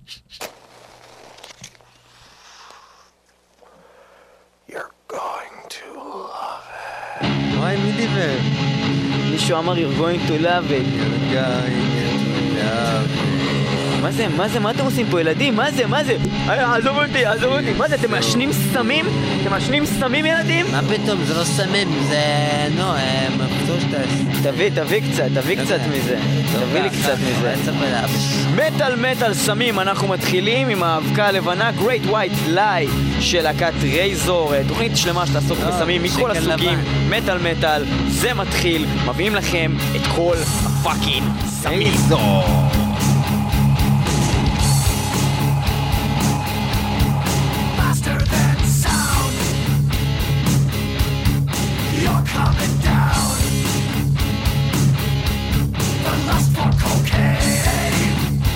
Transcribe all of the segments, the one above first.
You're going to love it. וואי, מי דיבר? מישהו אמר you're going to love it. You're going to love it. מה זה? מה אתם עושים פה ילדים? מה זה? עזוב אותי. מה זה? אתם מעשנים סמים? אתם מעשנים סמים ילדים? מה פתאום? זה לא סמים, זה נועם, תביא קצת מזה. תביא לי קצת מזה. מטל סמים, אנחנו מתחילים עם האבקה הלבנה Great White Lie של להקת רייזור, תוכנית שלמה שתעסוק בסמים מכל הסוגים. מטל, זה מתחיל, מביאים לכם את כל הפאקינג סמים. You're coming down. The lust for cocaine.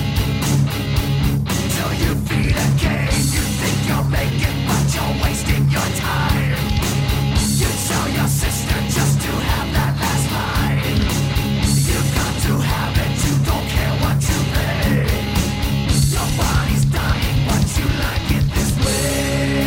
Till you feed again. You think you'll make it, but you're wasting your time. You tell your sister just to have that last line. You've got to have it. You don't care what you pay. Your body's dying, but you like it this way.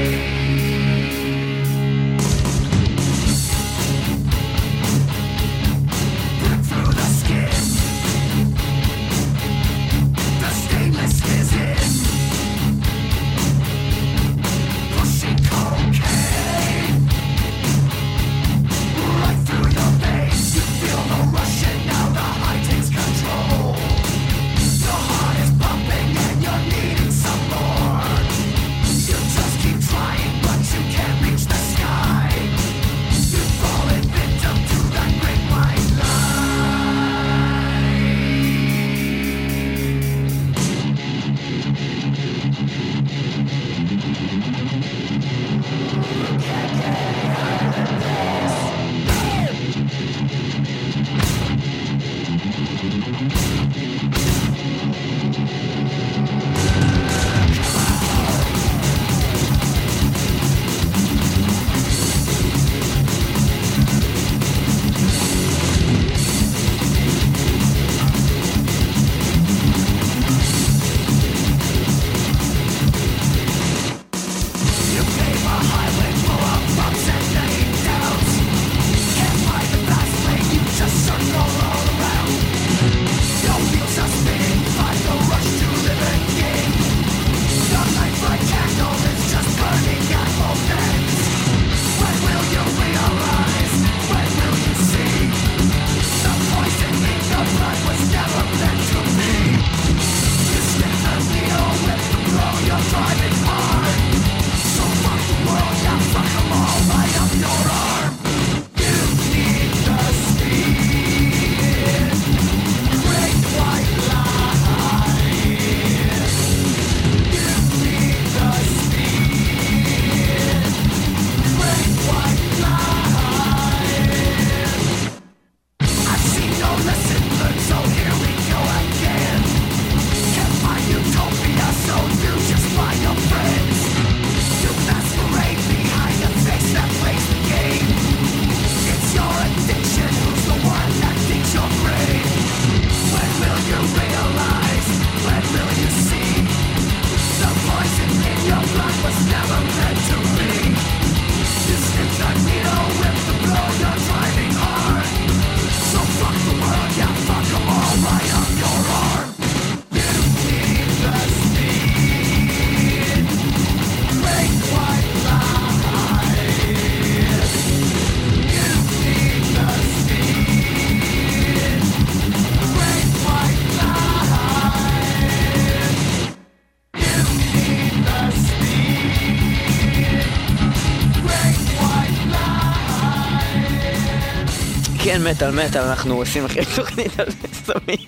כן, מטל, אנחנו עושים לכם תוכנית על סמים.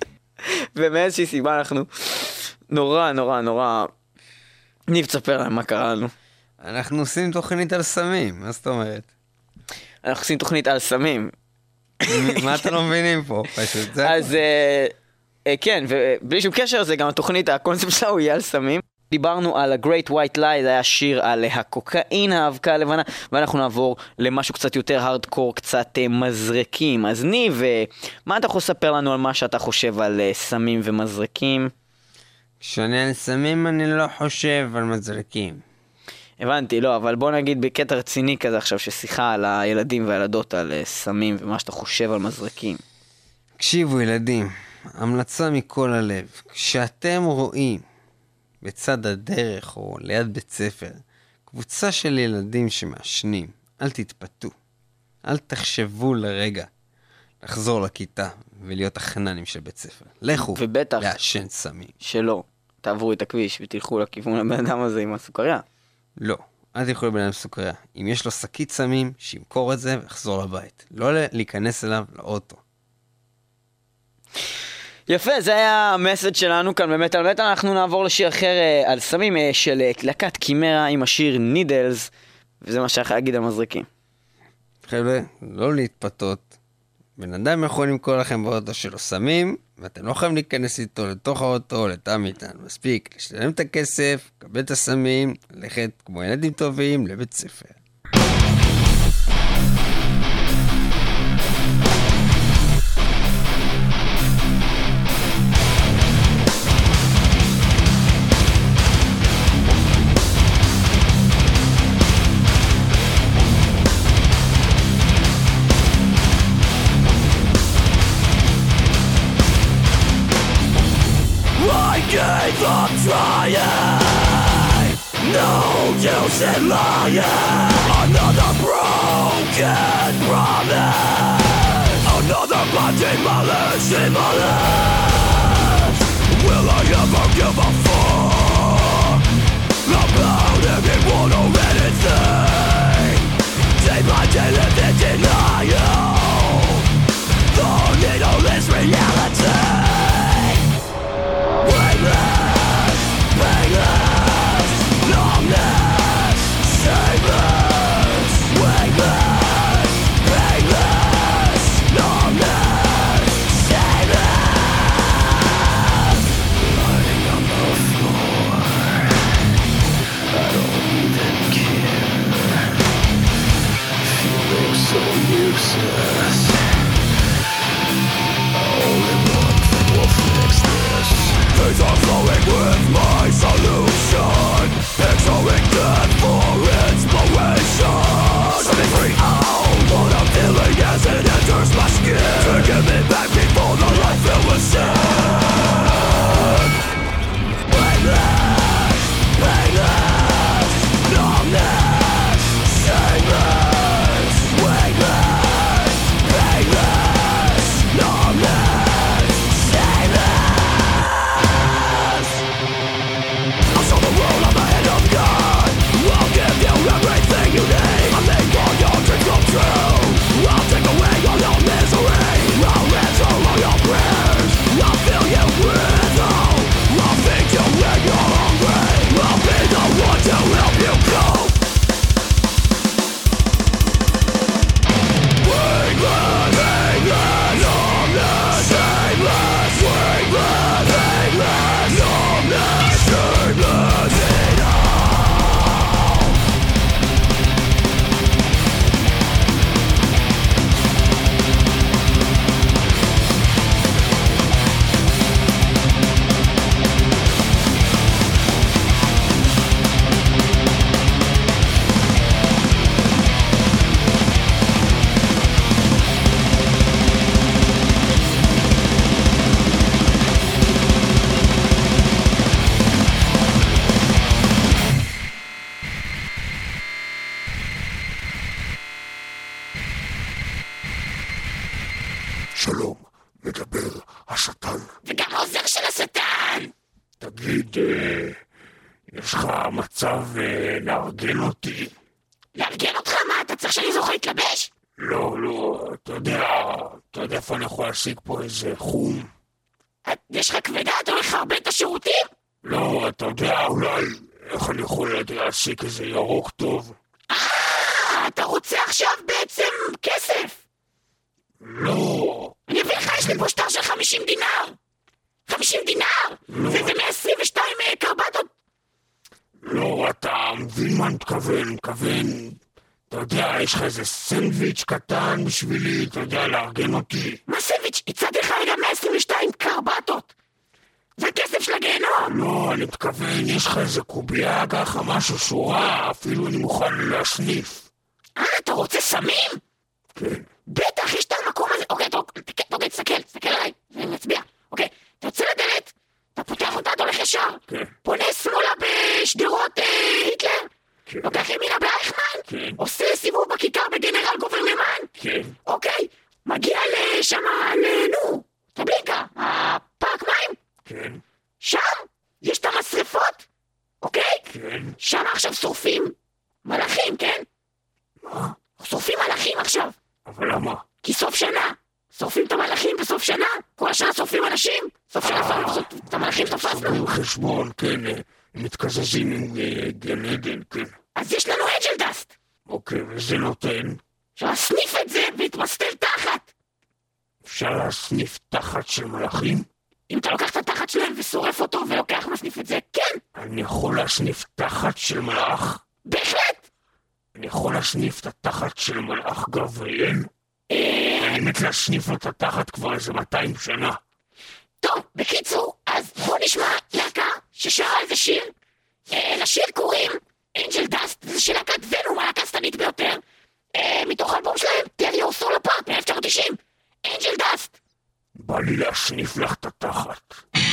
ומאיזושהי סיבה אנחנו נורא. ניב, תספר להם מה קרה לנו. אנחנו עושים תוכנית על סמים, מה זאת אומרת? אנחנו עושים תוכנית על סמים. מה אתם לא מבינים פה? פשוט. אז כן, ובלי שום קשר זה גם התוכנית, הקונספט שלה הוא יהיה על סמים. דיברנו על ה-Great White Lie, זה היה שיר על הקוקאין, האבקה הלבנה, ואנחנו נעבור למשהו קצת יותר הארדקור, קצת מזרקים. אז ניב, מה אתה יכול לספר לנו על מה שאתה חושב על סמים ומזרקים? כשאני על סמים אני לא חושב על מזרקים. הבנתי, לא, אבל בוא נגיד בקטע רציני כזה עכשיו, ששיחה על הילדים והילדות על סמים ומה שאתה חושב על מזרקים. הקשיבו ילדים, המלצה מכל הלב, כשאתם רואים בצד הדרך או ליד בית ספר קבוצה של ילדים שמעשנים, אל תתפתו, אל תחשבו לרגע לחזור לכיתה ולהיות החננים של בית ספר. לכו ובטח לעשן סמים. שלא, תעברו את הכביש ותלכו לכיוון הבן אדם הזה עם הסוכריה. לא, אל תלכו לבן אדם סוכריה. אם יש לו שקית סמים, שימכור את זה ויחזור לבית. לא להיכנס אליו לאוטו. יפה, זה היה המסד שלנו כאן באמת על מטל. אנחנו נעבור לשיר אחר על סמים של להקת קימרה עם השיר נידלס, וזה מה שאני להגיד על מזרקים. חבר'ה, לא להתפתות. בן אדם יכול למכור לכם באוטו שלו סמים, ואתם לא יכולים להיכנס איתו לתוך האוטו או לתא מטען. מספיק, לשלם את הכסף, לקבל את הסמים, ללכת כמו ילדים טובים לבית ספר. Gave up trying, no use in lying. Another broken promise, another body demolished. Will I ever give a fuck about anyone or anything? Day by day live in denial, the needleless reality. Painless, numbness, shameless, weightless, painless, numbness, shameless. Lying on the floor, I don't even care. Feeling so useless. Only one thing will fix this. Things are flowing with my solution, picturing death for inspiration. Set me free, oh, what I'm feeling as it enters my skin. Taking me back before the life it was sin. Painless, painless, numbness, shameless, weightless, painless, numbness, shameless. I'll show the world I'm the hand of God. I'll give you everything you need. I'll make all your dreams come true. I'll take away all your misery. I'll answer all your prayers. I'll fill you with hope. I'll feed you when you're hungry. I'll be the one to help you cope. Weightless, painless, numbness, shameless, weightless, painless, numbness, shameless, שלום, מדבר השטן. וגם העוזר של השטן! תגיד, יש לך מצב לארגן אותי? לארגן אותך? מה, אתה צריך שאני זוכר להתלבש? לא, אתה יודע איפה אני יכול להשיג פה איזה חום? יש לך כבדה? אתה הולך הרבה את השירותים? לא, אתה יודע, אולי איך אני יכול להשיג איזה ירוק טוב? אתה רוצה עכשיו בעצם כסף? לא. אני אביא לך, יש לי פה שטר של 50 דינר. 50 דינר? וזה 122 קרבטות. לא, אתה מבין מה אני מתכוון, אתה יודע, יש לך איזה סנדוויץ' קטן בשבילי, אתה יודע, לארגן אותי. מה סנדוויץ'? הצעתי לך רגע 122 קרבטות. זה כסף של לגיהנום? לא, אני מתכוון, יש לך איזה קובייה ככה, משהו שורה, אפילו אני מוכן להסניף. אתה רוצה סמים? כן. בטח, יש את המקום הזה. אוקיי, תסתכל עליי, אני מצביע. אוקיי, אתה יוצא לדלת, אתה פותח אותה, אתה הולך ישר. כן. פונה שמאלה בשדרות היטלר. כן. לוקח ימינה באייכמן. כן. עושה סיבוב בכיכר בגנרל גוברנמן. כן. אוקיי, מגיע לשם, נו, טבליקה, הפארק מים. כן. שם יש את המשרפות. אוקיי? כן. שם עכשיו שורפים מלאכים, כן? מה? שורפים מלאכים עכשיו. אבל למה? כי סוף שנה. שורפים את המלאכים בסוף שנה. כל השנה שורפים אנשים. סוף שנה שורפים את המלאכים תפסנו. סוגרים חשבון, כן, מתקזזים עם גן עדן, כן. אז יש לנו אנג'ל דאסט. אוקיי, וזה נותן? אפשר להסניף את זה והתמסטל תחת. אפשר להסניף תחת של מלאכים? אם אתה לוקח את התחת שלהם ושורף אותו ולוקח מסניף את זה, כן. אני יכול להסניף תחת של מלאך? בהחלט. אני יכול להסניף את התחת של מלאך גבריאל? אני מת להסניף את התחת כבר איזה 200 שנה. טוב, בקיצור, אז בוא נשמע להקה ששרה איזה שיר. לשיר קוראים אנג'ל דאסט, זה של להקת ונום, הלהקה הסתמית ביותר. מתוך האלבום שלהם, Tear Your Soul Apart מ-1990. אנג'ל דאסט. בא לי להסניף לך את התחת.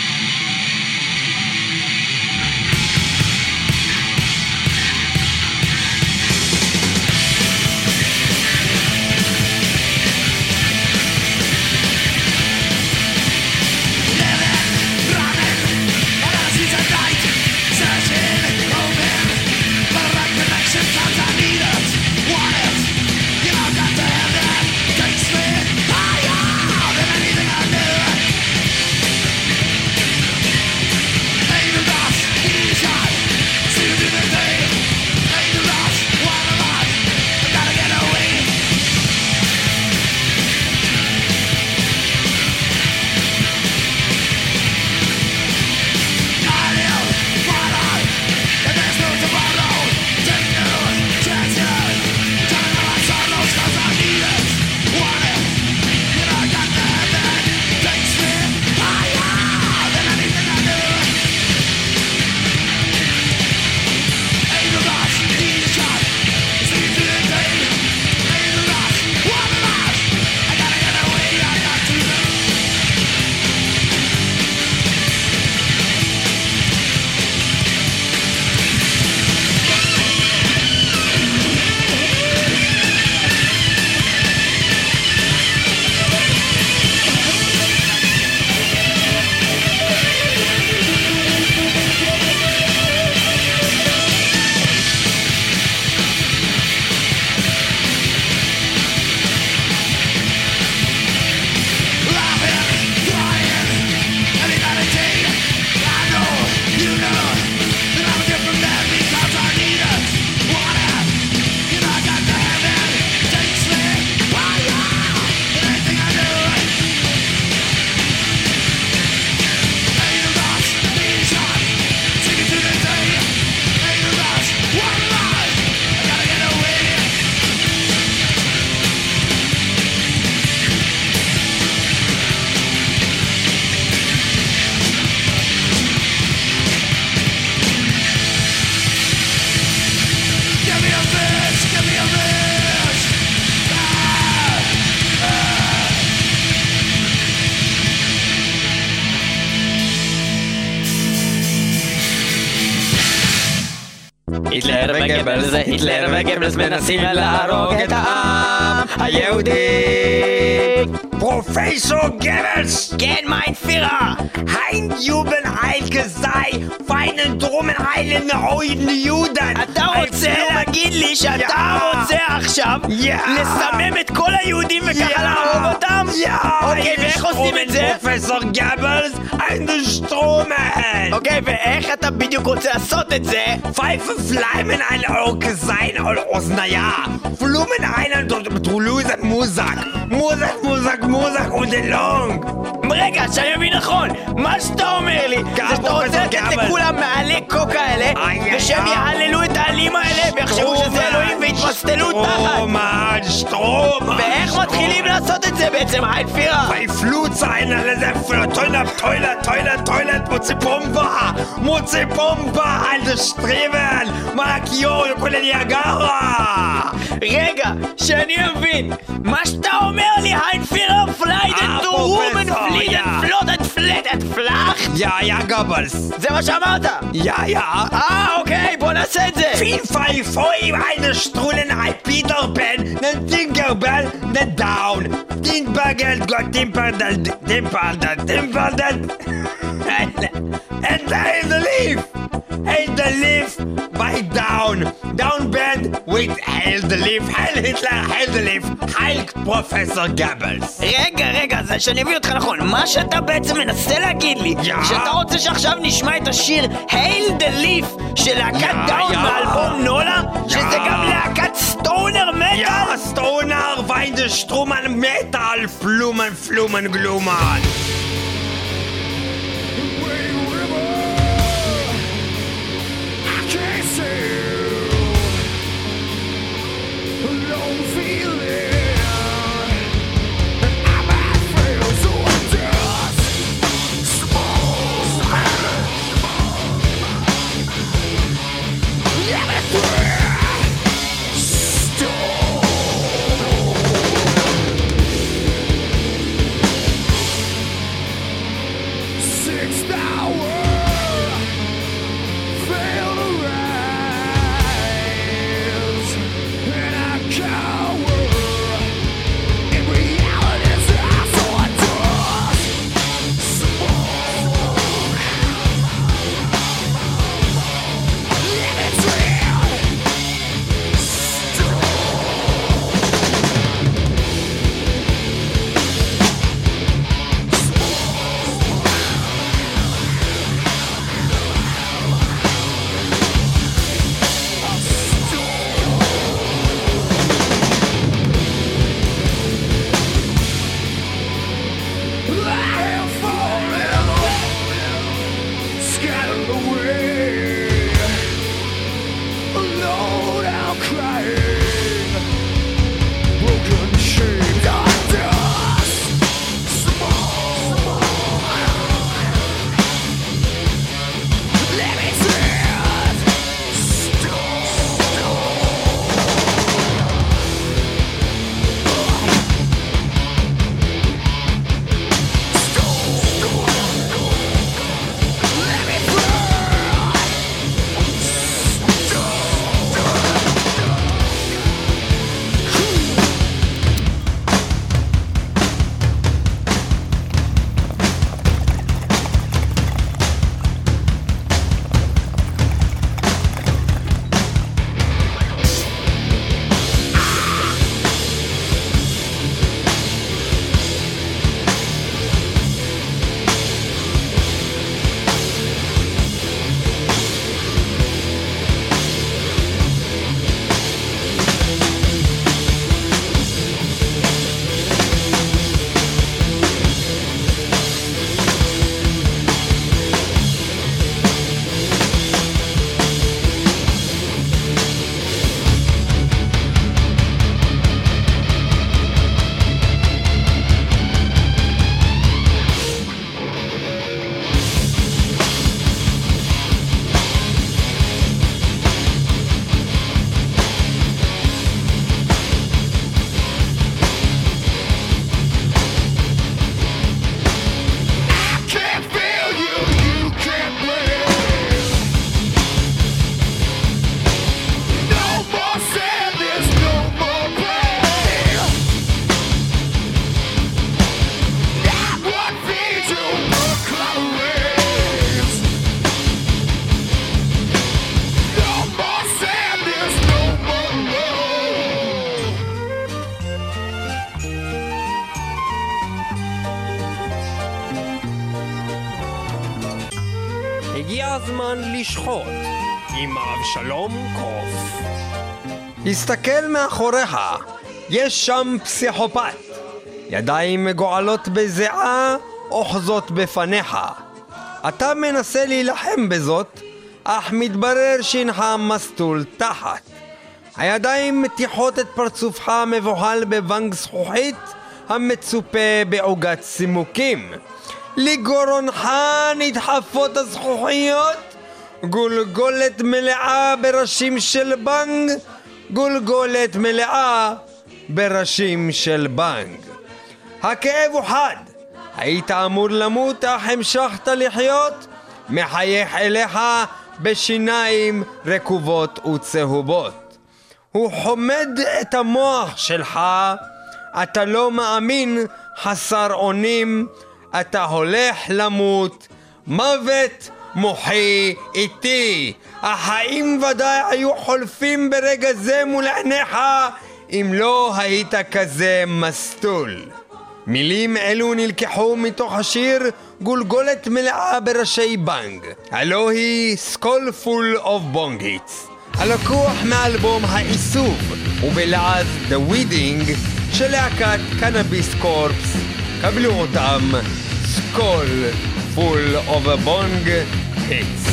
היטלר וגבלס מנסים להרוג את העם היהודי. Professor Goebbels! כן, mein Führer! Ein Jubenheilke sei feinen Drummenheilen neuen Juden! אתה רוצה להגיד לי שאתה רוצה עכשיו לסמם את כל היהודים וככה להרוג אותם? אוקיי, ואיך עושים את זה? Professor Goebbels, eine Stromen! אוקיי, ואיך אתה בדיוק רוצה לעשות את זה? Pfeife Fleimen ein Auge sein aus, naja, Blumen einen Trulusen Musak, Musak und den Long. רגע, שאני מבין נכון, מה שאתה אומר לי זה שאתה רוצה לתת לכולם מעלי קוקה האלה ושהם יעללו את העלים האלה ויחשבו שזה אלוהים והתמסטלו תחת. Strom! ואיך מתחילים לעשות את זה בעצם, היי פירה? Bei Flutzein, Toilet, Mutzi Pumba, alte Streben, Makiol, כולל ניאגרה! רגע, שאני אבין, מה שאתה אומר לי, היי פירה, פליידט, וומן, פליידט, פלאח? יא, גבלס! זה מה שאמרת? יא! אוקיי, בוא נעשה את זה! Viel Feu, eine Strullen, ein Peter Pan, nen Tinkerbell, nen Down. Tinkergeld, Gott, Timperdel. And the leaf! Hail the leaf by down. Down band with hail the leaf. Hail Hitler, hail the leaf. Hail Professor Goebbels. רגע, זה שאני אבין אותך נכון. מה שאתה בעצם מנסה להגיד לי, שאתה רוצה שעכשיו נשמע את השיר Hail the Leaf של להקת דאון באלבום נולה, שזה גם להקת סטונר מטל? Ja, Stoner, Weide, Stroman, Metal, Flumen, Gluman. הגיע הזמן לשחוט עם אבשלום קוף. הסתכל מאחוריך, יש שם פסיכופת. ידיים מגועלות בזיעה, אוחזות בפניך. אתה מנסה להילחם בזאת, אך מתברר שינך מסטול תחת. הידיים מתיחות את פרצופך המבוהל בבנק זכוכית המצופה בעוגת סימוקים. לגרונך נדחפות הזכוכיות, גולגולת מלאה בראשים של בנג, גולגולת מלאה בראשים של בנג. הכאב הוא חד, היית אמור למות אך המשכת לחיות, מחייך אליך בשיניים רקובות וצהובות. הוא חומד את המוח שלך, אתה לא מאמין, חסר אונים, אתה הולך למות, מוות מוחי איתי. החיים ודאי היו חולפים ברגע זה מול עיניך, אם לא היית כזה מסטול. מילים אלו נלקחו מתוך השיר גולגולת מלאה בראשי בנג, הלא היא Skull Full of Bong Hits, הלקוח מאלבום האיסוף ובלעז The Wedding של להקת קנאביס קורפס. קבלו אותם, Skull Full of Bong Hits.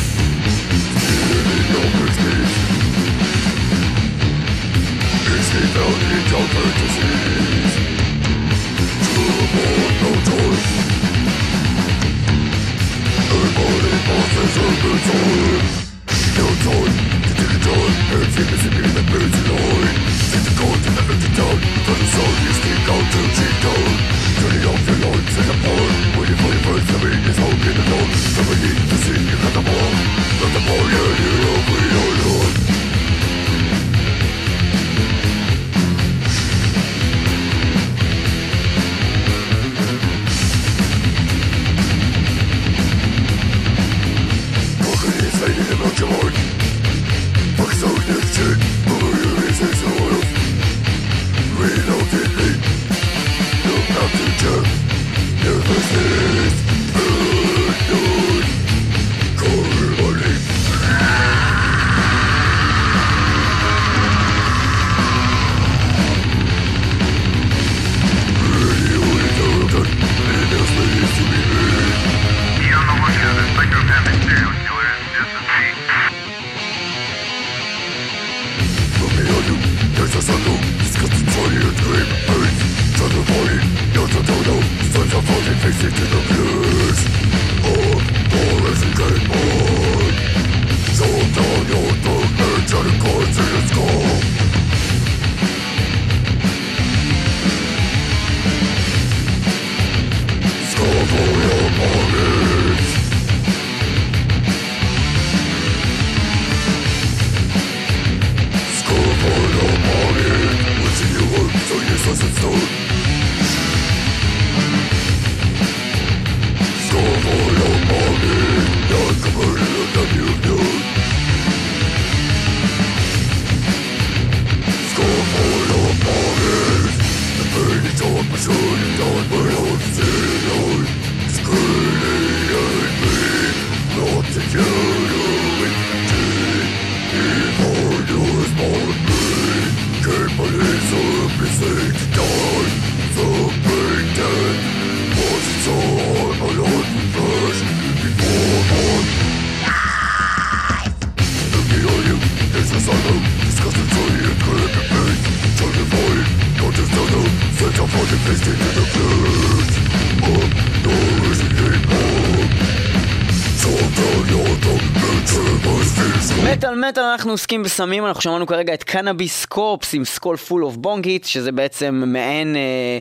מטל אנחנו עוסקים בסמים, אנחנו שמענו כרגע את קנאביס קורפס עם סקול פול אוף בונגיט, שזה בעצם מעין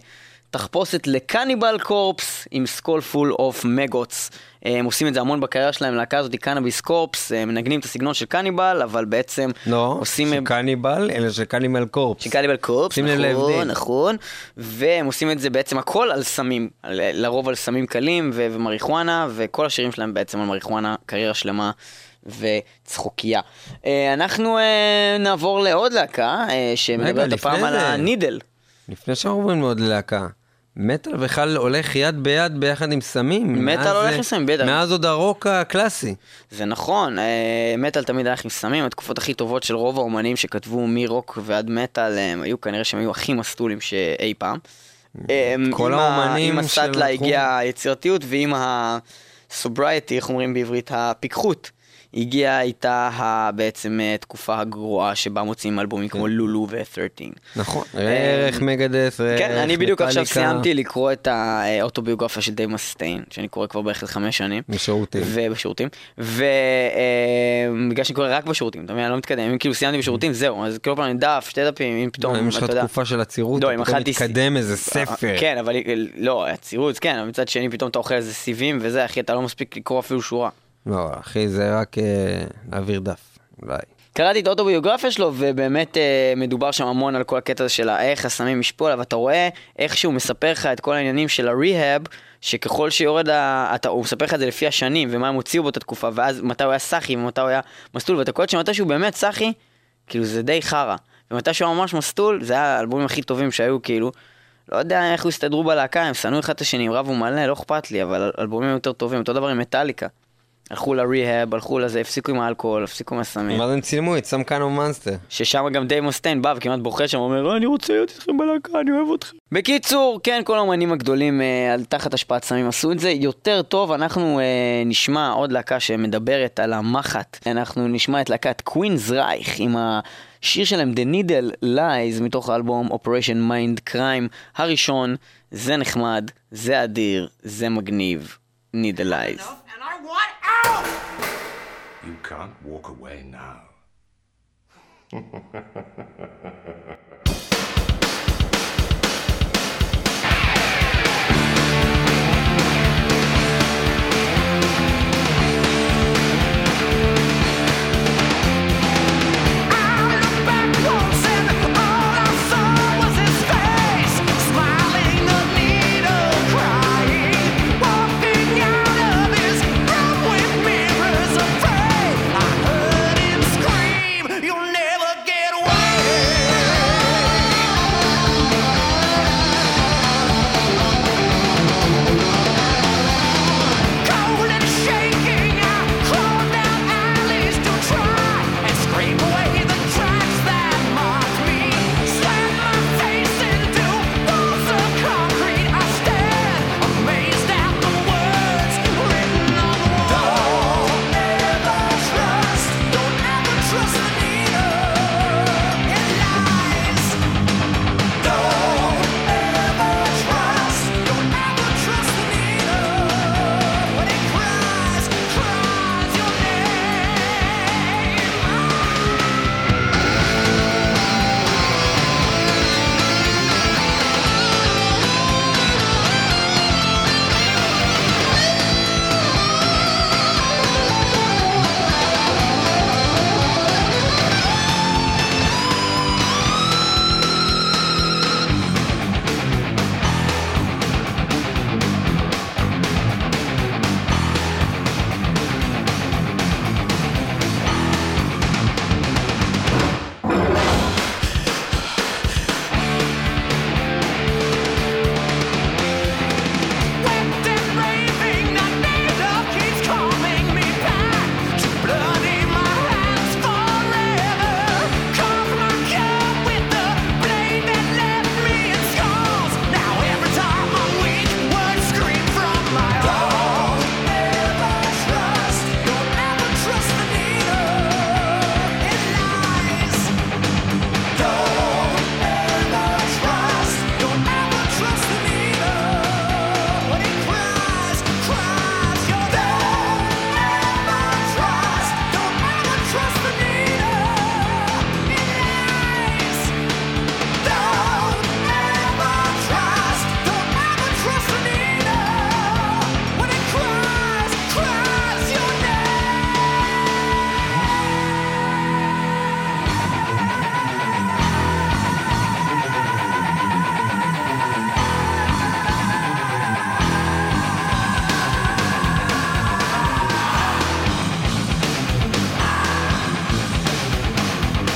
תחפושת לקניבל קורפס עם סקול פול אוף מגוטס. הם עושים את זה המון בקריירה שלהם, להקה הזאת היא קנאביס קורפס, הם מנגנים את הסגנון של קניבל, אבל בעצם עושים... לא, של קניבל, אלא של קניבל קורפס. של קניבל קורפס, נכון, והם עושים את זה בעצם הכל על סמים, לרוב על סמים קלים ומריחואנה, וכל השירים שלהם בעצם על מריחואנה, קריירה שלמה וצחוקיה. אנחנו נעבור לעוד להקה, שמדברת הפעם על הנידל. לפני שאנחנו עוברים לעוד להקה, מטל בכלל הולך יד ביד ביחד עם סמים. מטל הולך עם סמים, בטח. מאז עוד הרוק הקלאסי. זה נכון, מטל תמיד הולך עם סמים, התקופות הכי טובות של רוב האומנים שכתבו מרוק ועד מטל, הם היו כנראה שהם היו הכי מסטולים שאי פעם. כל האומנים עם הסטלה הגיעה היצירתיות, ועם הסוברייטי, איך אומרים בעברית, הפיקחות. הגיעה איתה בעצם תקופה הגרועה שבה מוצאים אלבומים כמו לולו ו-13. נכון, ערך מגדס, ערך כן, אני בדיוק עכשיו מטאליקה. סיימתי לקרוא את האוטוביוגרפיה של דייב מסטיין, שאני קורא כבר בערך 5 שנים. בשירותים. ובשירותים. ובגלל שאני קורא רק בשירותים, אתה מבין, אני לא מתקדם. אם כאילו סיימתי בשירותים, זהו, אז כל פעם דף, 2 דפים, אם פתאום, אם יש לך תקופה של הצירות, לא, אתה פתאום מתקדם איזה ספר. כן, אבל לא, הצירות, כן, אבל מצד שני פתאום אתה אוכל איזה סיבים וזה, אחי, אתה לא מספיק לקרוא אפילו שורה. לא, אחי, זה רק להעביר דף, אולי. קראתי את האוטוביוגרפיה שלו, ובאמת מדובר שם המון על כל הקטע של איך הסמים משפעו עליו, ואתה רואה איך שהוא מספר לך את כל העניינים של הריהאב, שככל שיורד, הוא מספר לך את זה לפי השנים, ומה הם הוציאו באותה תקופה, ואז מתי הוא היה סחי, ומתי הוא היה מסטול, ואתה קורא שמתי שהוא באמת סחי, כאילו זה די חרה, ומתי שהוא ממש מסטול, זה היה האלבומים הכי טובים שהיו, כאילו, לא יודע איך הוא הסתדרו בלהקה, הם שנאו אחד את השני, הם רבו מלא, לא אכפת לי, אבל אלבומים יותר טובים, אותו דבר עם מטאליקה. הלכו לריהאב, הלכו לזה, הפסיקו עם האלכוהול, הפסיקו עם הסמים. מה הם צילמו? את some kind of monster. ששם גם דייב מסטיין בא וכמעט בוכה שם, אומר, אני רוצה להיות איתכם בלהקה, אני אוהב אתכם. בקיצור, כן, כל האמנים הגדולים תחת השפעת סמים עשו את זה יותר טוב. אנחנו נשמע עוד להקה שמדברת על המחט. אנחנו נשמע את להקת קווינס רייך עם השיר שלהם The Needle Lies מתוך האלבום Operation Mind Crime הראשון. זה נחמד, זה אדיר, זה מגניב. Needle Lies. And I want out! You can't walk away now.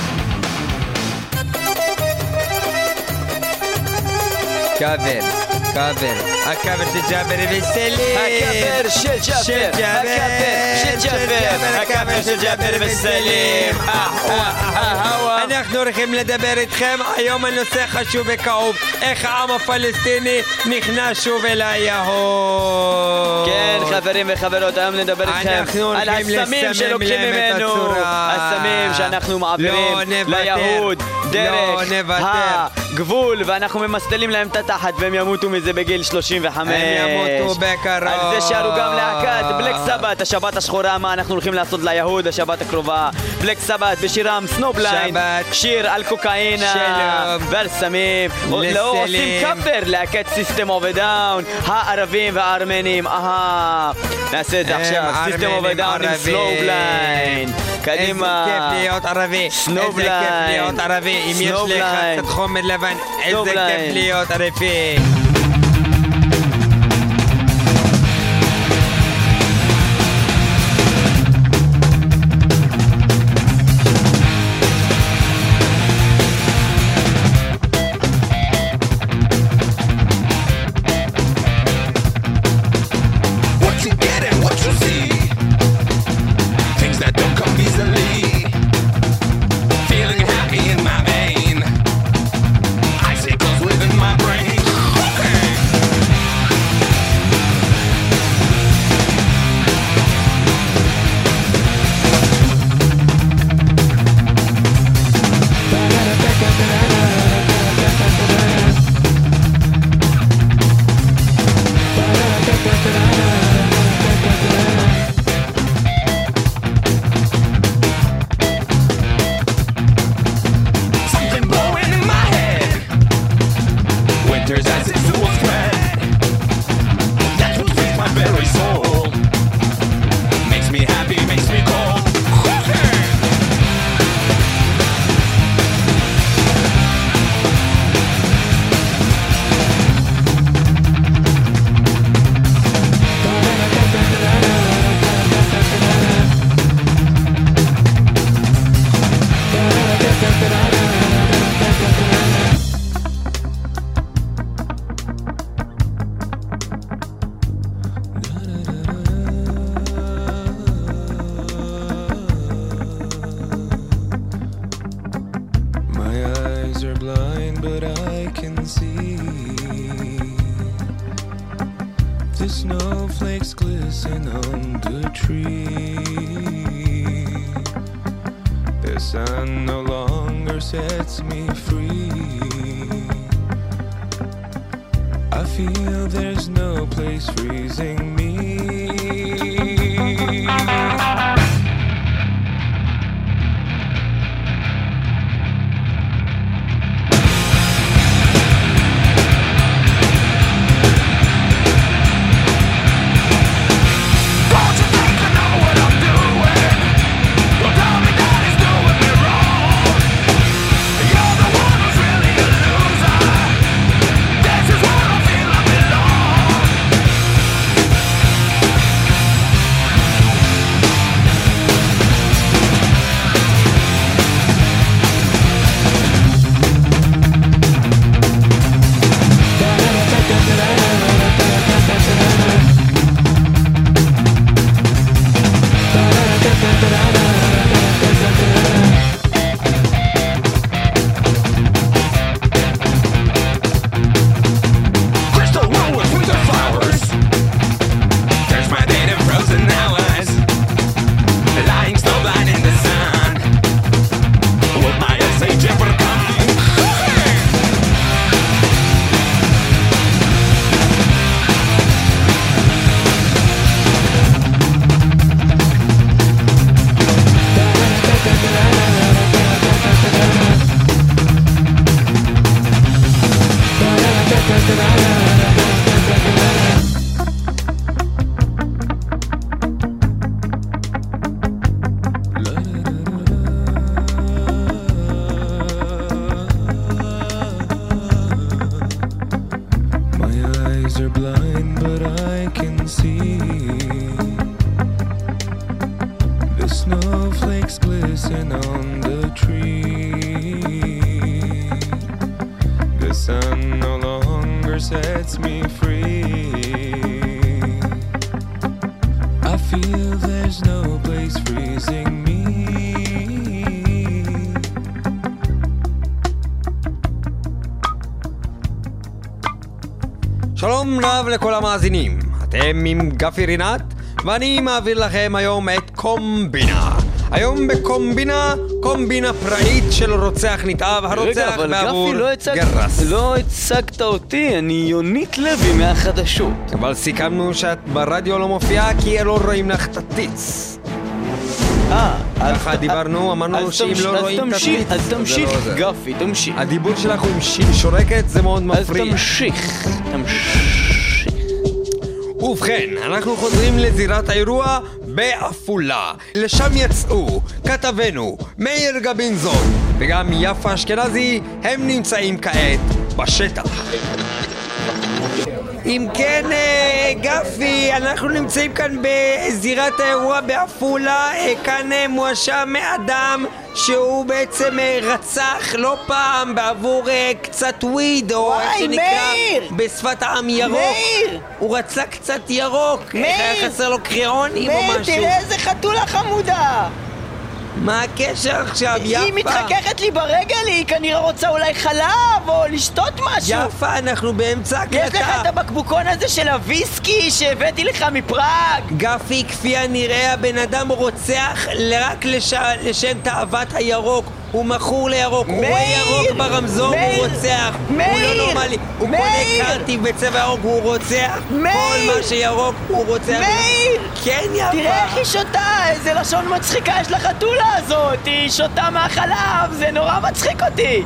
כבל, הקאבר של ג'אבר וסלים. הקאבר של ג'אבר, הקאבר של ג'אבר וסלים. אנחנו הולכים לדבר איתכם היום על נושא חשוב וכאוב, איך העם הפלסטיני נכנס שוב אל היהוד. כן, חברים וחברות, היום נדבר איתכם על הסמים שלוקחים ממנו, הסמים שאנחנו מעבירים ליהוד דרך הגבול, ואנחנו ממסטלים להם את התחת והם ימותו מזה בגיל 35. הם ימותו בקרוב. על זה שרו גם להקת בלק סבת, השבת השחורה, מה אנחנו הולכים לעשות ליהוד השבת הקרובה. בלק סבת בשירם סנובליין, שיר על קוקאינה ועל סמים. לא עושים קאבר להקת סיסטם אוף דאון, הערבים והארמנים. נעשה את זה עכשיו, סיסטם אוף דאון עם סנובליין. קדימה. איזה כיף להיות ערבי. איזה כיף להיות ערבי. אם יש לך קצת חומר לבן, איזה כיף להיות ערבי. sun no longer sets me free. I feel there's no place freezing me. שלום רב לכל המאזינים, אתם עם גפי רינת, ואני מעביר לכם היום את קומבינה. היום בקומבינה, קומבינה פראית של רוצח נתעב, הרוצח בעבור גרס. לא הצגת אותי, אני יונית לוי מהחדשות. אבל סיכמנו שאת ברדיו לא מופיעה כי לא רואים לך את הטיץ. ככה דיברנו, אמרנו שאם לא רואים את הטיץ, אז תמשיך, גפי, תמשיך. הדיבור שלך הוא עם שיל שורקת, זה מאוד מפריע. אז תמשיך. ובכן, אנחנו חוזרים לזירת האירוע בעפולה. לשם יצאו כתבנו מאיר גבינזון וגם יפה אשכנזי, הם נמצאים כעת בשטח. אם כן, גפי, אנחנו נמצאים כאן בזירת האירוע בעפולה. כאן מואשם אדם שהוא בעצם רצח לא פעם בעבור קצת וויד, או איך שנקרא בשפת העם ירוק. מאיר! הוא רצה קצת ירוק. מאיר! היה חסר לו קריאונים או משהו. מאיר, תראה איזה חתולה חמודה! מה הקשר עכשיו, יפה? היא מתחככת לי ברגל, היא כנראה רוצה אולי חלב או לשתות משהו. יפה, אנחנו באמצע הקלטה. יש לך את הבקבוקון הזה של הוויסקי שהבאתי לך מפראג. גפי, כפי הנראה, הבן אדם רוצח רק לשם תאוות הירוק. הוא מכור לירוק, הוא רואה ירוק ברמזור, הוא רוצח. הוא לא נורמלי, הוא קונה קרטיב בצבע ירוק, הוא רוצח. כל מה שירוק הוא רוצח. מאיר! כן, יפה. תראה איך היא שותה, איזה לשון מצחיקה יש לחתולה הזאת. היא שותה מהחלב, זה נורא מצחיק אותי.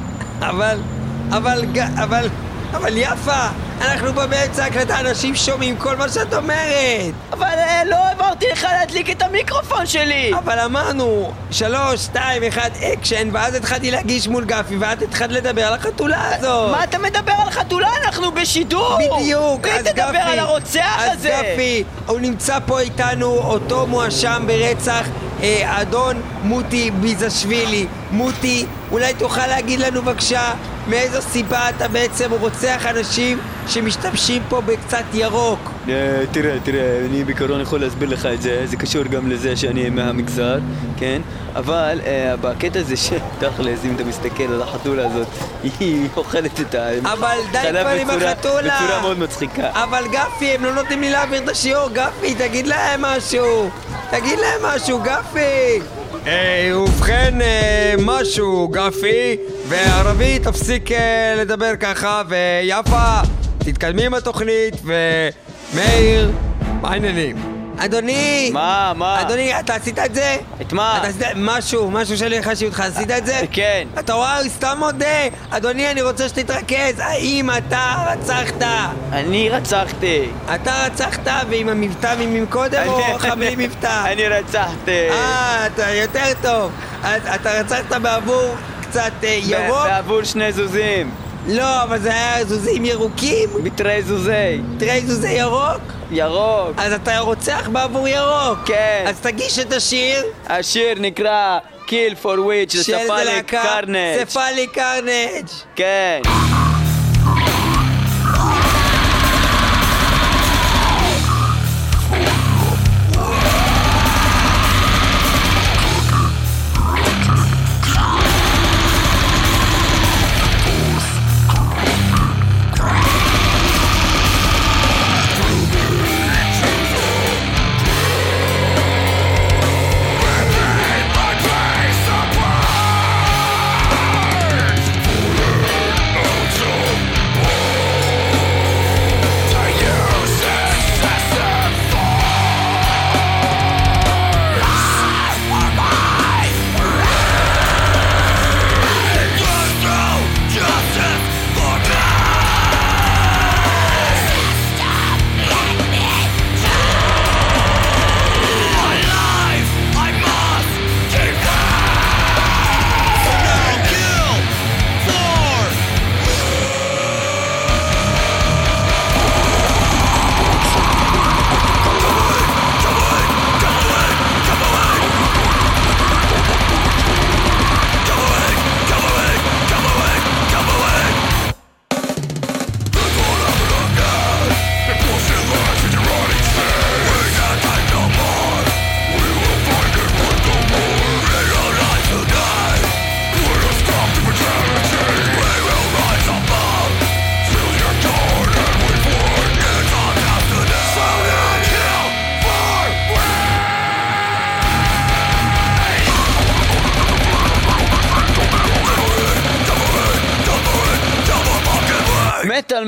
אבל יפה, אנחנו פה באמצע הקלטה, אנשים שומעים כל מה שאת אומרת. אבל לא העברתי לך להדליק את המיקרופון שלי. אבל אמרנו 3, 2, 1 אקשן, ואז התחלתי להגיש מול גפי, ואת התחלת לדבר על החתולה הזאת. מה אתה מדבר על חתולה? אנחנו בשידור. בדיוק, אז גפי, תדבר על הרוצח הזה. אז גפי, הוא נמצא פה איתנו, אותו מואשם ברצח, אדון מוטי ביזשווילי. מוטי, אולי תוכל להגיד לנו בבקשה מאיזו סיבה אתה בעצם רוצח אנשים שמשתמשים פה בקצת ירוק? תראה, אני בעיקרון יכול להסביר לך את זה, זה קשור גם לזה שאני מהמגזר, כן? אבל בקטע הזה שתכלס, אם אתה מסתכל על החתולה הזאת, היא אוכלת את אבל די כבר עם החתולה. בצורה מאוד מצחיקה. אבל גפי, הם לא נותנים לי להעביר את השיעור. גפי, תגיד להם משהו, גפי. ובכן, משהו, גפי, וערבי תפסיק לדבר ככה, ויפה, תתקדמי עם התוכנית, ומאיר, מה העניינים? אדוני! מה? אדוני, אתה עשית את זה? את מה? אתה עשית משהו שלי חשוב אותך, עשית את זה? כן. אתה רואה, הוא סתם מודה. אדוני, אני רוצה שתתרכז. האם אתה רצחת? אני רצחתי. אתה רצחת ועם המבטא ממקודם או חבלי מבטא? אני רצחתי. אתה יותר טוב. אתה רצחת בעבור קצת ירוק? בעבור 2 זוזים. לא, אבל זה היה זוזים ירוקים? בתרי זוזי. תרי זוזי ירוק? ירוק. אז אתה רוצח בעבור ירוק? כן. אז תגיש את השיר. השיר נקרא Kill for Witch, זה ספאליק קרנג'. ספאליק קרנג'. כן. Oh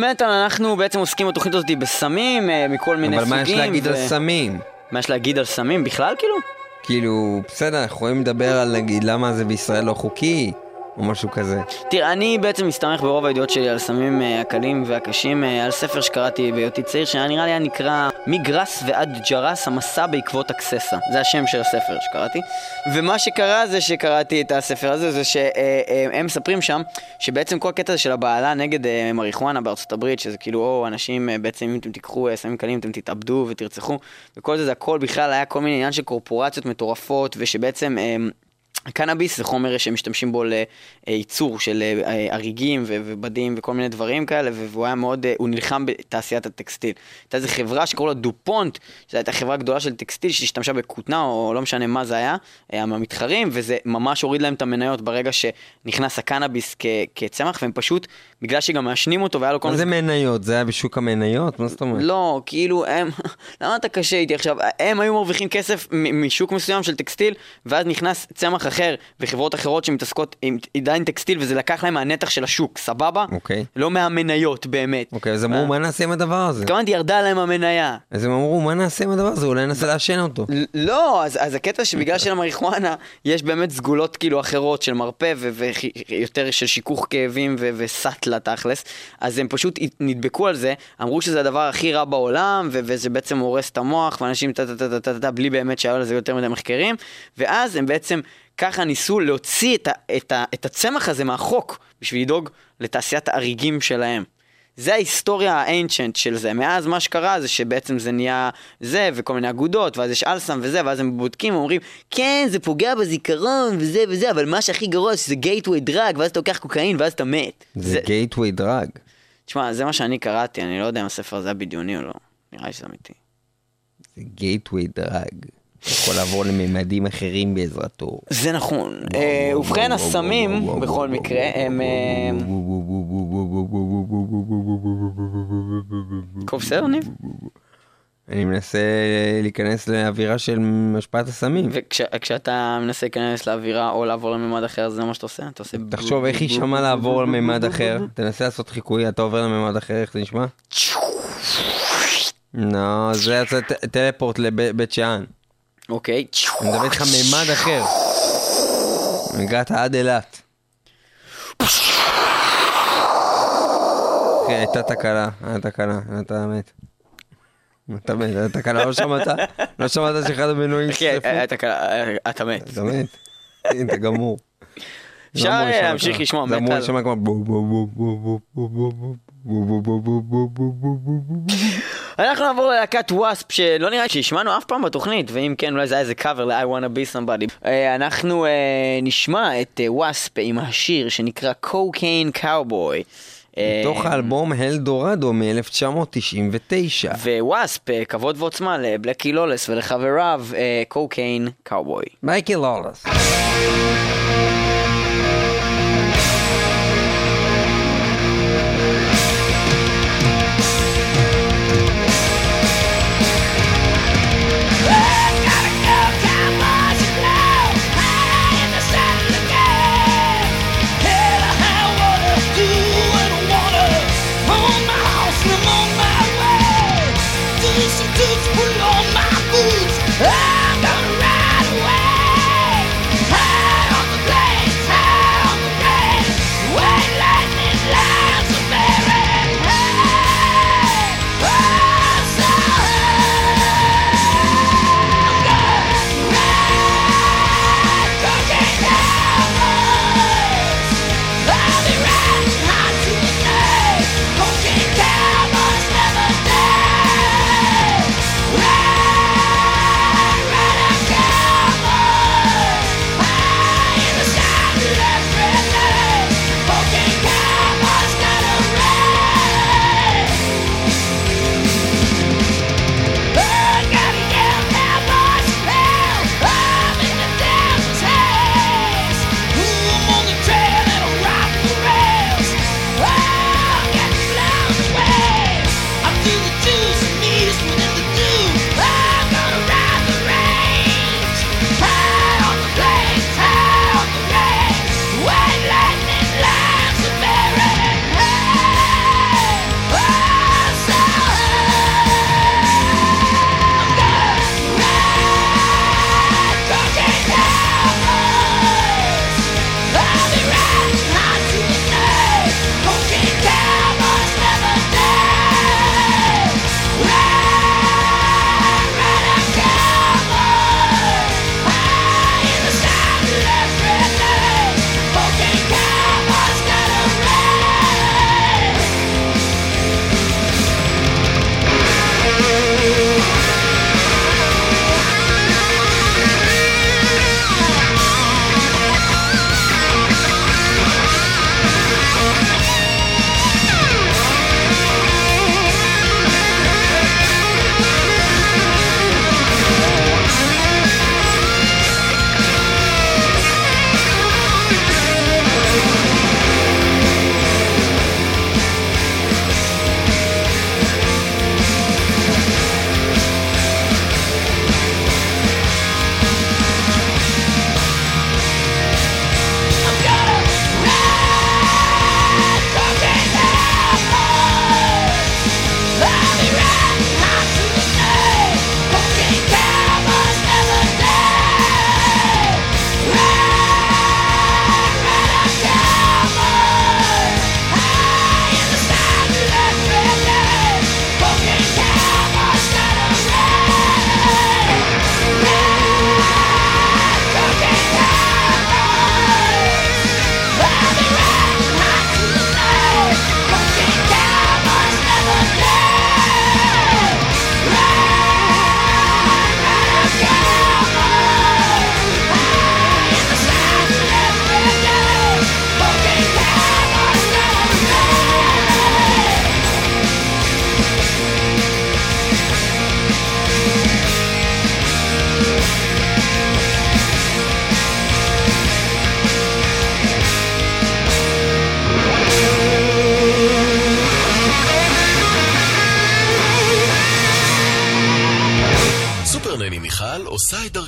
מטל אנחנו בעצם עוסקים בתוכנית הזאת בסמים, מכל מיני סוגים. אבל מה יש להגיד על סמים? מה יש להגיד על סמים בכלל כאילו? כאילו, בסדר, אנחנו יכולים לדבר על נגיד למה זה בישראל לא חוקי, או משהו כזה. תראה, אני בעצם מסתמך ברוב הידיעות שלי על סמים הקלים והקשים, על ספר שקראתי בהיותי צעיר, שנראה לי היה נקרא מגרס ועד ג'רס, המסע בעקבות אקססה. זה השם של הספר שקראתי. ומה שקרה זה שקראתי את הספר הזה, זה שהם מספרים שם, שבעצם כל הקטע של הבעלה נגד מריחואנה בארצות הברית, שזה כאילו, אנשים בעצם אם אתם תיקחו סמים קלים, אתם תתאבדו ותרצחו, וכל זה הכל בכלל היה כל מיני עניין של קורפורציות מטורפות, ושבעצם הקנאביס זה חומר שמשתמשים בו לייצור של אריגים ובדים וכל מיני דברים כאלה, והוא היה מאוד, הוא נלחם בתעשיית הטקסטיל. הייתה איזו חברה שקראו לה דופונט, שזו הייתה חברה גדולה של טקסטיל שהשתמשה בכותנה או לא משנה מה זה היה, המתחרים, וזה ממש הוריד להם את המניות ברגע שנכנס הקנאביס כצמח, והם פשוט, בגלל שגם מאשנים אותו והיה לו כל מה זה מניות? זה היה בשוק המניות? מה זאת אומרת? לא, כאילו הם, למה אתה קשה איתי עכשיו? הם היו מרוויחים כסף משוק מסוים של טקסטיל, ואז נכנס צמח אחר וחברות אחרות שמתעסקות עם עדיין טקסטיל, וזה לקח להם מהנתח של השוק, סבבה? אוקיי. לא מהמניות באמת. אוקיי, אז אמרו, מה נעשה עם הדבר הזה? כמובן ירדה להם המניה. אז הם אמרו, מה נעשה עם הדבר הזה? אולי ננסה לעשן אותו. לא, אז הקטע שבגלל של המריחואנה, יש באמת סגולות כאילו אחרות של מרפא, ויותר של שיכוך כאבים וסטלה תכלס, אז הם פשוט נדבקו על זה, אמרו שזה הדבר הכי רע בעולם, וזה בעצם הורס את המוח, ואנשים בלי באמת שהיו לזה יותר מדי מחקרים, ואז הם בעצם ככה ניסו להוציא את הצמח הזה מהחוק, בשביל לדאוג לתעשיית האריגים שלהם. זה ההיסטוריה האנצ'נט של זה. מאז מה שקרה זה שבעצם זה נהיה זה, וכל מיני אגודות, ואז יש אלסם וזה, ואז הם בודקים ואומרים, כן, זה פוגע בזיכרון וזה וזה, אבל מה שהכי גרוע זה גייטווי דרג, ואז אתה לוקח קוקאין ואז אתה מת. זה גייטווי דרג. תשמע, זה מה שאני קראתי, אני לא יודע אם הספר הזה היה בדיוני או לא. נראה לי שזה אמיתי. זה גייטווי דרג. יכול לעבור לממדים אחרים בעזרתו. זה נכון. ובכן, הסמים, בכל מקרה, הם... הכל בסדר, ניב? אני מנסה להיכנס לאווירה של השפעת הסמים. וכשאתה מנסה להיכנס לאווירה או לעבור לממד אחר, זה מה שאתה עושה? אתה עושה... תחשוב איך יישמע לעבור לממד אחר. תנסה לעשות חיקוי, אתה עובר לממד אחר, איך זה נשמע? לא, זה יצא טלפורט לבית שאן. אוקיי. אני מדבר איתך ממד אחר. הגעת עד אילת. אחי, הייתה תקלה, אתה מת. אתה מת, הייתה תקלה, לא שמעת שאחד המנועים אחי, הייתה תקלה, אתה מת. אתה מת, אתה גמור. אפשר להמשיך לשמוע מטל. זה אמור לשמוע כמו בו בו בו בו בו בו בו בו בו בו. אנחנו נעבור ללהקת וואספ שלא נראה שהשמענו אף פעם בתוכנית, ואם כן אולי זה היה איזה קאבר ל-I wanna be somebody. אנחנו נשמע את וואספ עם השיר שנקרא Cocaine Cowboy מתוך האלבום הלדורדו מ-1999. ווואספ, כבוד ועוצמה לבלקי לולס ולחבריו Cocaine Cowboy. בלקי לולס. I'm gonna ride away, high on the place, high on the place.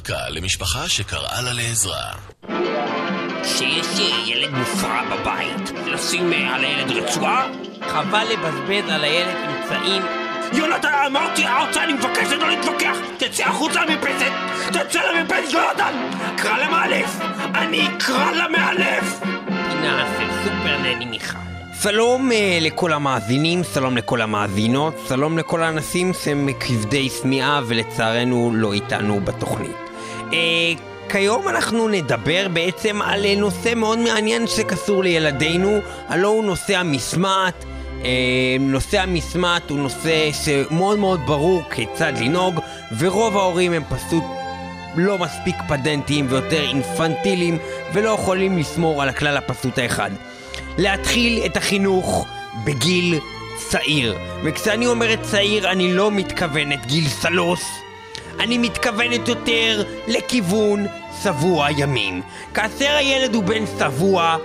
דרכה למשפחה שקראה לה לעזרה. שיש ילד מופרע בבית, לשים על הילד רצועה? חבל לבזבז על הילד אמצעים. יונתן, אמרתי, אני מבקש לא להתווכח. תצא החוצה למרפסת, תצא למרפסת, יונתן. קרא למאלף, אני אקרא למאלף. פינה של סופרנני מיכל. שלום לכל המאזינים, שלום לכל המאזינות, שלום לכל האנשים שהם כבדי סמיעה ולצערנו לא איתנו בתוכנית. כיום אנחנו נדבר בעצם על נושא מאוד מעניין שקשור לילדינו, הלא הוא נושא המשמעת. נושא המשמעת הוא נושא שמאוד מאוד ברור כיצד לנהוג, ורוב ההורים הם פשוט לא מספיק פדנטיים ויותר אינפנטיליים ולא יכולים לשמור על הכלל הפשוט האחד. להתחיל את החינוך בגיל צעיר. וכשאני אומרת צעיר אני לא מתכוונת גיל 3, אני מתכוונת יותר לכיוון שבוע ימים. כאשר הילד הוא בן שבוע,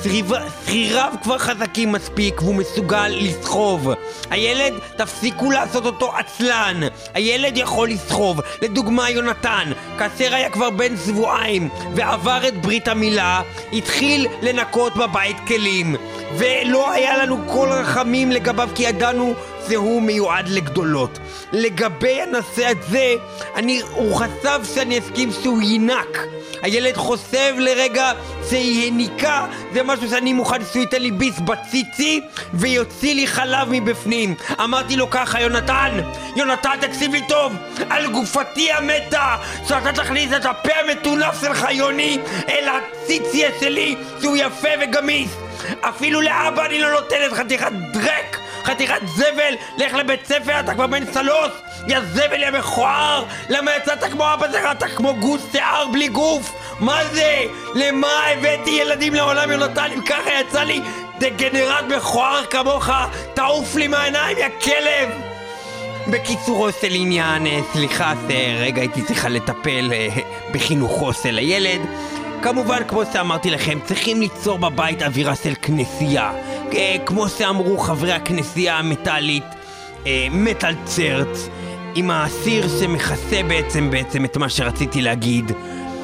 שריריו כבר חזקים מספיק והוא מסוגל לסחוב. הילד, תפסיקו לעשות אותו עצלן. הילד יכול לסחוב. לדוגמה יונתן, כאשר היה כבר בן שבועיים ועבר את ברית המילה, התחיל לנקות בבית כלים, ולא היה לנו כל רחמים לגביו כי ידענו שהוא מיועד לגדולות. לגבי הנושא הזה, הוא חשב שאני אסכים שהוא ינק. הילד חושב לרגע שהיא יניקה, זה משהו שאני מוכן שהוא ייתן לי ביס בציצי ויוציא לי חלב מבפנים. אמרתי לו ככה, יונתן תקשיב לי טוב, על גופתי המתה שאתה תכניס את הפה המטונף שלך יוני אל הציצי שלי שהוא יפה וגמיס. אפילו לאבא אני לא נותנת, חתיכת דרק, חתיכת זבל, לך לבית ספר, אתה כבר בן 3, יא זבל, יא מכוער. למה יצאת כמו אבא שלך? אתה כמו גוס שיער בלי גוף. מה זה? למה הבאתי ילדים לעולם יונתן? אם ככה יצא לי דגנרט מכוער כמוך, תעוף לי מהעיניים יא כלב. בקיצורו של עניין, סליחה, רגע הייתי צריכה לטפל בחינוכו של הילד. כמובן, כמו שאמרתי לכם, צריכים ליצור בבית אווירה של כנסייה. כמו שאמרו חברי הכנסייה המטלית, מטל צ'רץ, עם הסיר שמכסה בעצם את מה שרציתי להגיד.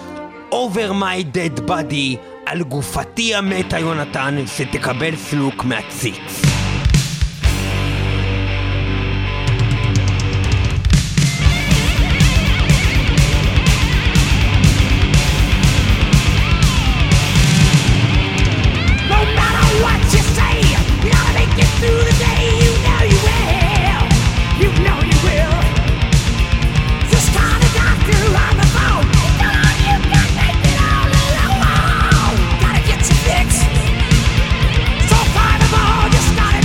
Over my dead body, על גופתי המתה יונתן, שתקבל סלוק מהציץ. Just gotta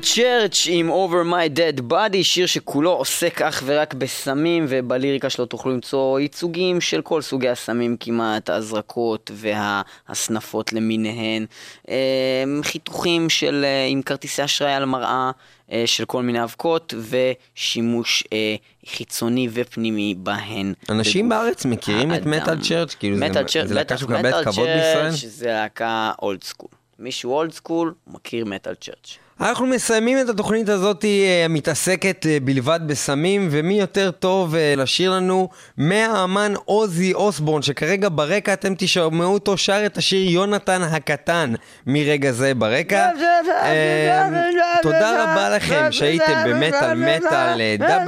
Church עם Over My Dead Body, שיר שכולו עוסק אך ורק בסמים, ובליריקה שלו תוכלו למצוא ייצוגים של כל סוגי הסמים כמעט, ההזרקות והסנפות למיניהן, חיתוכים של עם כרטיסי אשראי על מראה של כל מיני אבקות, ושימוש חיצוני ופנימי בהן. אנשים בארץ מכירים את מטל צ'רץ'? כאילו זה להקה שמקבלת כבוד בישראל? זה להקה אולד סקול. מישהו אולד סקול מכיר מטל צ'רץ'. אנחנו מסיימים את התוכנית הזאת מתעסקת בלבד בסמים, ומי יותר טוב לשיר לנו מהאמן עוזי אוסבורן, שכרגע ברקע אתם תשמעו אותו שר את השיר יונתן הקטן מרגע זה ברקע. תודה רבה לכם שהייתם במטל מטל,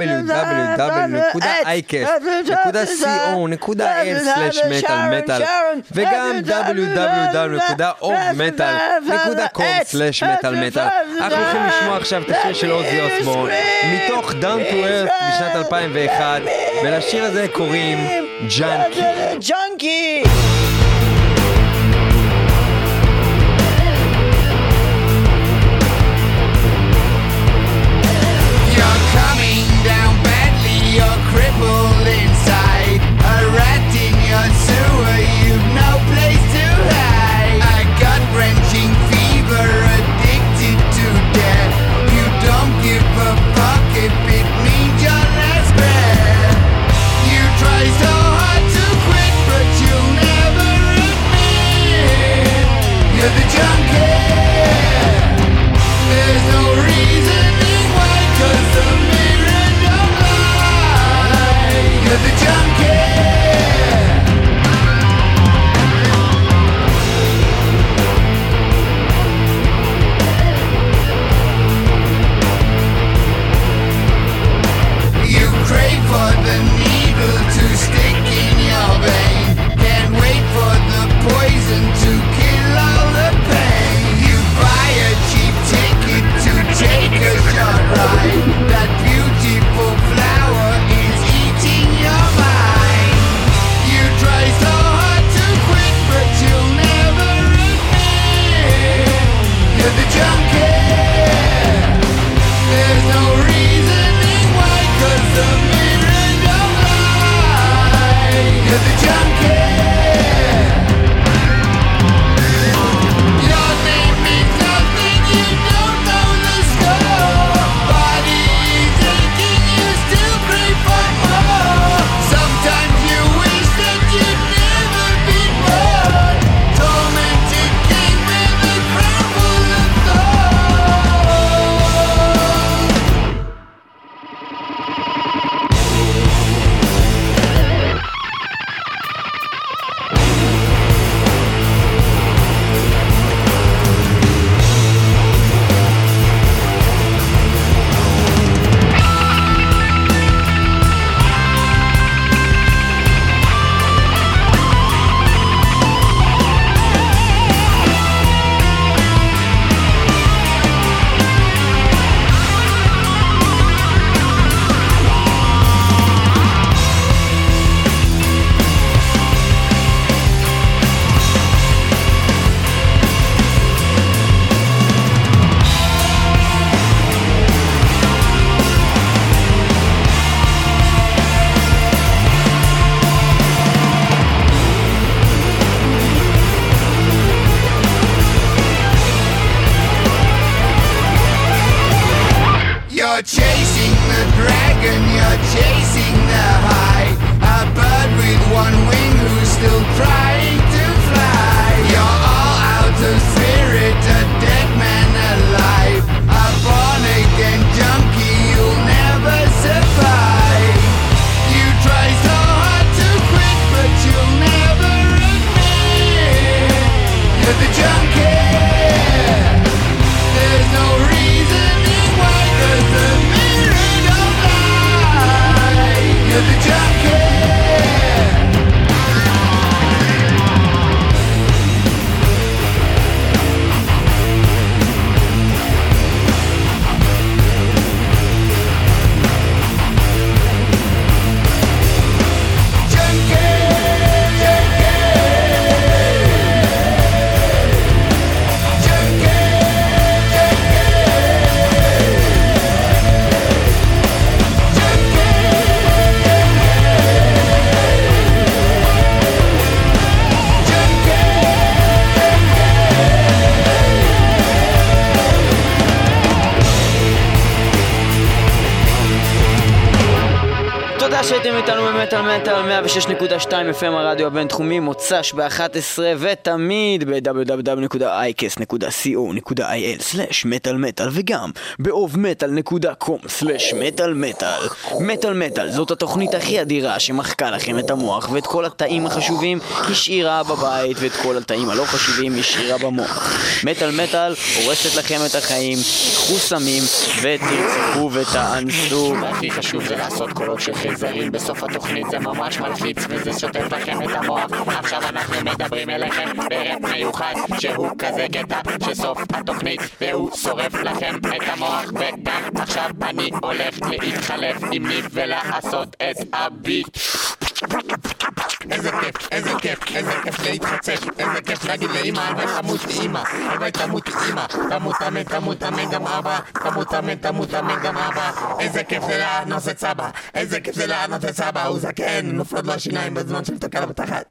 www.co.il/מטל וגם www.orgmetal.com/מטל. אנחנו הולכים לשמוע עכשיו את השיר של עוזי אוסבורן מתוך Down to Earth בשנת 2001, ולשיר הזה קוראים ג'אנקי. ג'אנקי! You're coming down badly, you're crippled inside. A rat in your sewer, you've no place to hide. A gut-wrenching fever, addicted to death. You don't give a fuck if it means your last breath. You try so hard to quit, but you'll never admit you're the junkie. There's no reasoning why, 'cause the mirror don't lie. You're the junkie. You crave for the needle to stick in your vein. Can't wait for the poison to kill all the pain. You buy a cheap ticket to take a short ride. That beautiful flower is eating your mind. You try so hard to quit, but you'll never admit you're the junkie. There's no reasoning why, 'cause the mirror don't lie. You're the junkie. Your name means nothing, you don't know the score. Body is aching, you still crave for more. Sometimes you wish that you'd never been born. Tormented king with a crown full of thorns. You're chasing the dragon, you're chasing the high. A bird with one wing who's still trying to fly. You're all out of spirit, a dead man alive. A born-again junkie, you'll never survive. You try so hard to quit, but you'll never admit you're the junkie. There's no reasoning why, 'cause the mirror don't lie. You're the junkie. תודה שהייתם איתנו במטל מטל 106.2 FM הרדיו הבינתחומי, מוצ"ש ב-11 ותמיד ב-www.icast.co.il/מטל וגם ב-ovmetal.com/מטל. מטל מטל זאת התוכנית הכי אדירה שמחקה לכם את המוח, ואת כל התאים החשובים השאירה בבית ואת כל התאים הלא חשובים השאירה במוח. מטל מטל הורסת לכם את החיים, קחו סמים ותרצחו ותאנסו. הכי חשוב זה לעשות קולות של חייזרים בסוף התוכנית, זה ממש מלחיץ וזה שוטף לכם את המוח. עכשיו אנחנו מדברים אליכם ברפ מיוחד שהוא כזה קטע שסוף התוכנית והוא שורף לכם את המוח. וגם עכשיו אני הולך להתחלף עם ניב ולעשות את הביט. איזה כיף להתחצף, איזה כיף להגיד לאמא, הלוואי תמותי אמא, הלוואי תמותי אמא, תמות גם אבא, תמות גם אבא. איזה כיף זה לאנוס את סבא, איזה כיף זה לאנוס את סבא, הוא זקן, נופלות לו השיניים בזמן שמתקע לו בתחת.